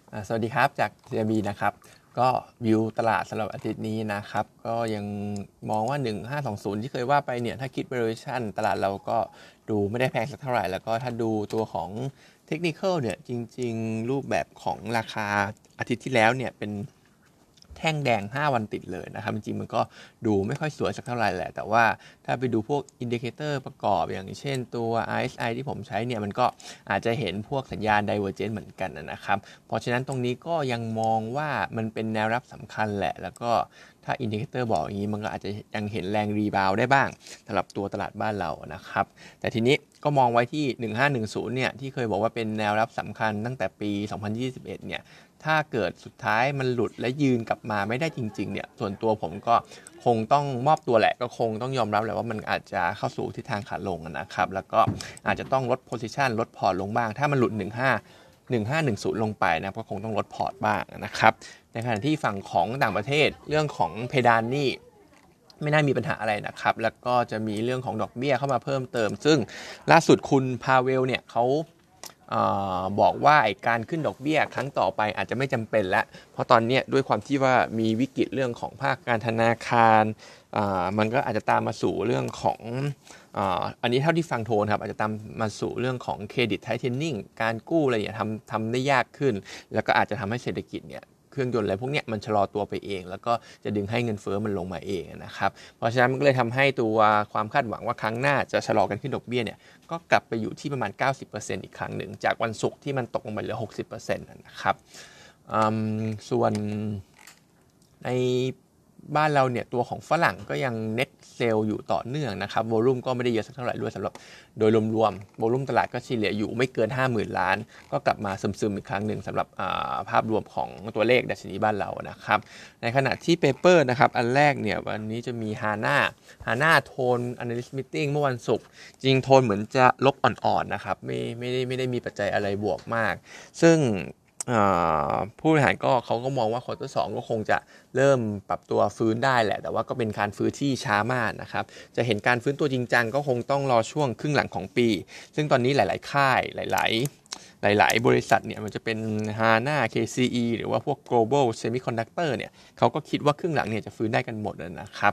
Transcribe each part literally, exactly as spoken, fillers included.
สวัสดีครับจาก ซี ไอ บี นะครับก็วิวตลาดสำหรับอาทิตย์นี้นะครับก็ยังมองว่าหนึ่งพันห้าร้อยยี่สิบที่เคยว่าไปเนี่ยถ้าคิด valuation ตลาดเราก็ดูไม่ได้แพงสักเท่าไหร่แล้วก็ถ้าดูตัวของเทคนิคเนี่ยจริงๆรูปแบบของราคาอาทิตย์ที่แล้วเนี่ยเป็นแท่งแดงห้าวันติดเลยนะครับจริงๆมันก็ดูไม่ค่อยสวยสักเท่าไหร่แหละแต่ว่าถ้าไปดูพวกอินดิเคเตอร์ประกอบอย่างเช่นตัว อาร์ เอส ไอ ที่ผมใช้เนี่ยมันก็อาจจะเห็นพวกสัญญาณ Divergence เหมือนกันนะครับเพราะฉะนั้นตรงนี้ก็ยังมองว่ามันเป็นแนวรับสำคัญแหละแล้วก็ถ้าอินดิเคเตอร์บอกอย่างนี้มันก็อาจจะยังเห็นแรงรีบาวได้บ้างสำหรับตัวตลาดบ้านเรานะครับแต่ทีนี้ก็มองไว้ที่หนึ่งพันห้าร้อยยี่สิบเนี่ยที่เคยบอกว่าเป็นแนวรับสำคัญตั้งแต่ปีสองพันยี่สิบเอ็ดเนี่ยถ้าเกิดสุดท้ายมันหลุดและยืนกลับมาไม่ได้จริงๆเนี่ยส่วนตัวผมก็คงต้องมอบตัวแหละก็คงต้องยอมรับแหละว่ามันอาจจะเข้าสู่ทิศทางขาลงนะครับแล้วก็อาจจะต้องลดโพซิชันลดพอร์ตลงบ้างถ้ามันหลุดหนึ่งพันห้าร้อยหนึ่งพันห้าร้อยสิบลงไปนะก็คงต้องลดพอร์ตบ้างนะครับในขณะที่ฝั่งของต่างประเทศเรื่องของเพดานหนี้ไม่น่ามีปัญหาอะไรนะครับแล้วก็จะมีเรื่องของดอกเบี้ยเข้ามาเพิ่มเติมซึ่งล่าสุดคุณพาเวลเนี่ยเขาบอกว่าการขึ้นดอกเบี้ยครั้งต่อไปอาจจะไม่จำเป็นแล้วเพราะตอนนี้ด้วยความที่ว่ามีวิกฤตเรื่องของภาคการธนาคารมันก็อาจจะตามมาสู่เรื่องของอันนี้เท่าที่ฟังโทนครับอาจจะตามมาสู่เรื่องของเครดิตไทเทนนิ่งการกู้อะไรอย่างทำทำได้ยากขึ้นแล้วก็อาจจะทำให้เศรษฐกิจเนี่ยเครื่องยนต์อะไรพวกนี้มันชะลอตัวไปเองแล้วก็จะดึงให้เงินเฟ้อมันลงมาเองนะครับเพราะฉะนั้นมันก็เลยทำให้ตัวความคาดหวังว่าครั้งหน้าจะชะลอกันขึ้นดอกเบี้ยเนี่ยก็กลับไปอยู่ที่ประมาณ เก้าสิบเปอร์เซ็นต์ อีกครั้งหนึ่งจากวันศุกร์ที่มันตกลงไปเหลือ หกสิบเปอร์เซ็นต์ นะครับส่วนในบ้านเราเนี่ยตัวของฝรั่งก็ยังเน็ตเซลล์อยู่ต่อเนื่องนะครับโวลุ่มก็ไม่ได้เยอะสักเท่าไหร่ด้วยสำหรับโดยรวมๆโวลุ่มตลาดก็เฉลี่ยอยู่ไม่เกิน ห้าหมื่น ล้านก็กลับมาซึมๆอีกครั้งหนึ่งสำหรับภาพรวมของตัวเลขดัชนีบ้านเรานะครับในขณะที่เปเปอร์นะครับอันแรกเนี่ยวันนี้จะมีฮาน่าฮาน่าโทน Analyst Meeting เมื่อวันศุกร์จริงโทนเหมือนจะลบอ่อนๆนะครับไม่ไม่ได้ไม่ได้มีปัจจัยอะไรบวกมากซึ่งผู้บริหารก็เขาก็มองว่าควอเตอร์สองก็คงจะเริ่มปรับตัวฟื้นได้แหละแต่ว่าก็เป็นการฟื้นที่ช้ามากนะครับจะเห็นการฟื้นตัวจริงจังก็คงต้องรอช่วงครึ่งหลังของปีซึ่งตอนนี้หลายๆค่ายหลายๆหลายๆบริษัทเนี่ยมันจะเป็น Hana เค ซี อี หรือว่าพวก Global Semiconductor เนี่ยเขาก็คิดว่าครึ่งหลังเนี่ยจะฟื้นได้กันหมดนะครับ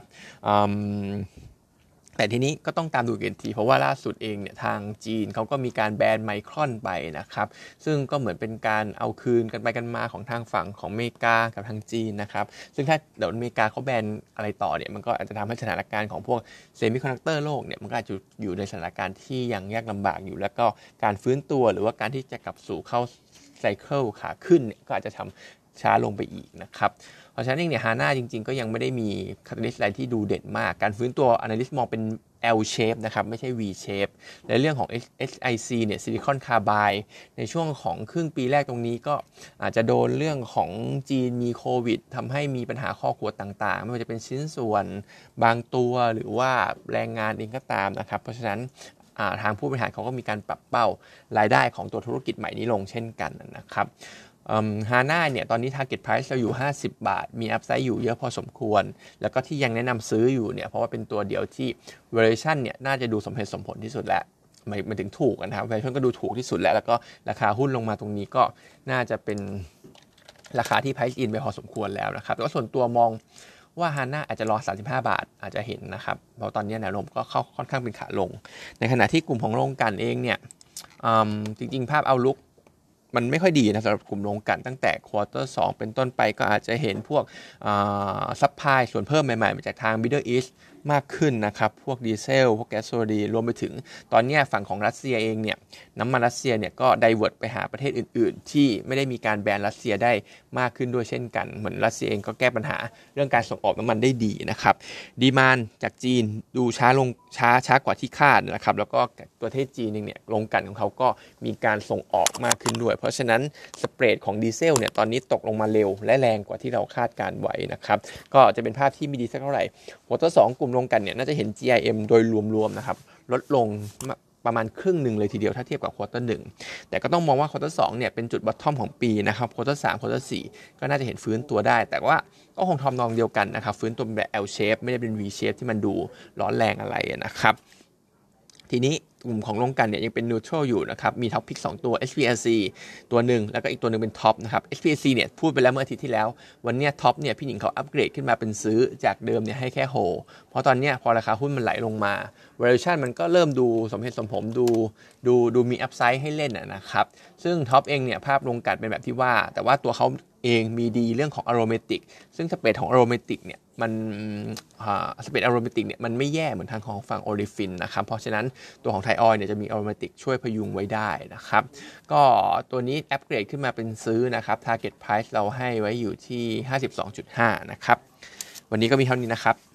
แต่ทีนี้ก็ต้องตามดูกันทีเพราะว่าล่าสุดเองเนี่ยทางจีนเขาก็มีการแบนไมครอนไปนะครับซึ่งก็เหมือนเป็นการเอาคืนกันไปกันมาของทางฝั่งของอเมริกากับทางจีนนะครับซึ่งถ้าเดี๋ยวอเมริกาเขาแบนอะไรต่อเนี่ยมันก็อาจจะทำให้สถานการณ์ของพวกเซมิคอนดักเตอร์โลกเนี่ยมันก็อาจจะอยู่ในสถานการณ์ที่ยังยากลำบากอยู่แล้วก็การฟื้นตัวหรือว่าการที่จะกลับสู่เข้าไซเคิลขาขึ้นเนี่ยก็อาจจะทำช้าลงไปอีกนะครับเพราะฉะนั้นเองเนี่ยฮาน่าจริงๆก็ยังไม่ได้มีคาตาลิสต์อะไรที่ดูเด่นมากการฟื้นตัว Analyst มองเป็น L shape นะครับไม่ใช่ V shape ในเรื่องของ เอส ไอ ซี เนี่ย Silicon Carbide ในช่วงของครึ่งปีแรกตรงนี้ก็อาจจะโดนเรื่องของจีนมีโควิดทำให้มีปัญหาข้อขวดต่างๆไม่ว่าจะเป็นชิ้นส่วนบางตัวหรือว่าแรงงานเองก็ตามนะครับเพราะฉะนั้นทางผู้บริหารเขาก็มีการปรับเป้ารายได้ของตัวธุรกิจใหม่นี้ลงเช่นกันนะครับฮาน่าเนี่ยตอนนี้ target price เราอยู่ห้าสิบบาทมี upside อยู่เยอะพอสมควรแล้วก็ที่ยังแนะนำซื้ออยู่เนี่ยเพราะว่าเป็นตัวเดียวที่ valuation เนี่ยน่าจะดูสมเหตุสมผลที่สุดแล้วไม่ไม่ถึงถูกนะครับ valuation ก็ดูถูกที่สุดแล้วแล้วก็ราคาหุ้นลงมาตรงนี้ก็น่าจะเป็นราคาที่ price in ไปพอสมควรแล้วนะครับแล้วส่วนตัวมองว่าฮาน่าอาจจะรอสามสิบห้าบาทอาจจะเห็นนะครับเพราะตอนนี้แนวโน้มก็เข้าค่อนข้างเป็นขาลงในขณะที่กลุ่มของโรงกลั่นเองเนี่ยจริงๆภาพเอาลุกมันไม่ค่อยดีนะสำหรับกลุ่มโรงกลั่นตั้งแต่ควอเตอร์สองเป็นต้นไปก็อาจจะเห็นพวกซัพพลายส่วนเพิ่มใหม่ๆมาจากทาง Middle East มากขึ้นนะครับพวกดีเซลพวกแก๊สโซลีรวมไปถึงตอนนี้ฝั่งของรัสเซียเองเนี่ยน้ำมันรัสเซียเนี่ยก็ไดเวิร์ตไปหาประเทศอื่นๆที่ไม่ได้มีการแบนรัสเซียได้มากขึ้นด้วยเช่นกันเหมือนรัสเซียเองก็แก้ปัญหาเรื่องการส่งออกน้ำมันได้ดีนะครับดีมานด์จากจีนดูช้าลงช้าช้ากว่าที่คาดนะครับแล้วก็ประเทศจีนเองเนี่ยโรงกลั่นของเขาก็มีการส่งออกมากขึ้นด้วยเพราะฉะนั้นสเปรดของดีเซลเนี่ยตอนนี้ตกลงมาเร็วและแรงกว่าที่เราคาดการไว้นะครับก็จะเป็นภาพที่ไม่ดีสักเท่าไหร่ควอเตอร์สองกลุ่มโรงกลั่นเนี่ยน่าจะเห็น จี ไอ เอ็ม โดยรวมๆนะครับลดลงประมาณครึ่งหนึ่งเลยทีเดียวถ้าเทียบกับควอเตอร์หนึ่งแต่ก็ต้องมองว่าควอเตอร์สองเนี่ยเป็นจุดบอททอมของปีนะครับควอเตอร์สามควอเตอร์สี่ก็น่าจะเห็นฟื้นตัวได้แต่ว่าก็คงทำนองเดียวกันนะครับฟื้นตัวแบบ L shape ไม่ได้เป็น V shape ที่มันดูร้อนแรงอะไรนะครับทีนี้กลุ่มของลงกันเนี่ยยังเป็น neutral อยู่นะครับมีท็อปพิกสองตัว เอช พี แอล ซี ตัวหนึ่งแล้วก็อีกตัวหนึ่งเป็นท็อปนะครับ เอช พี แอล ซี เนี่ยพูดไปแล้วเมื่ออาทิตย์ที่แล้ววันนี้ท็อปเนี่ยพี่หนิงเขาอัปเกรดขึ้นมาเป็นซื้อจากเดิมเนี่ยให้แค่โฮเพราะตอนนี้พอราคาหุ้นมันไหลลงมา valuation มันก็เริ่มดูสมเหตุสมผลดูดูดูมีอัพไซด์ให้เล่นนะครับซึ่งท็อปเองเนี่ยภาพลงกันเป็นแบบที่ว่าแต่ว่าตัวเขาเองมีดีเรื่องของ aromatic ซึ่งสเปรดของ aromatic เนี่ยมันสเปรด aromatic เนี่ยมันไม่แย่เหมือนทางของฝั่ง olefin นะครับเพราะฉะนั้นตัวของไทยออยล์เนี่ยจะมี aromatic ช่วยพยุงไว้ได้นะครับก็ตัวนี้อัปเกรดขึ้นมาเป็นซื้อนะครับ target price เราให้ไว้อยู่ที่ ห้าสิบสองจุดห้า นะครับวันนี้ก็มีเท่านี้นะครับ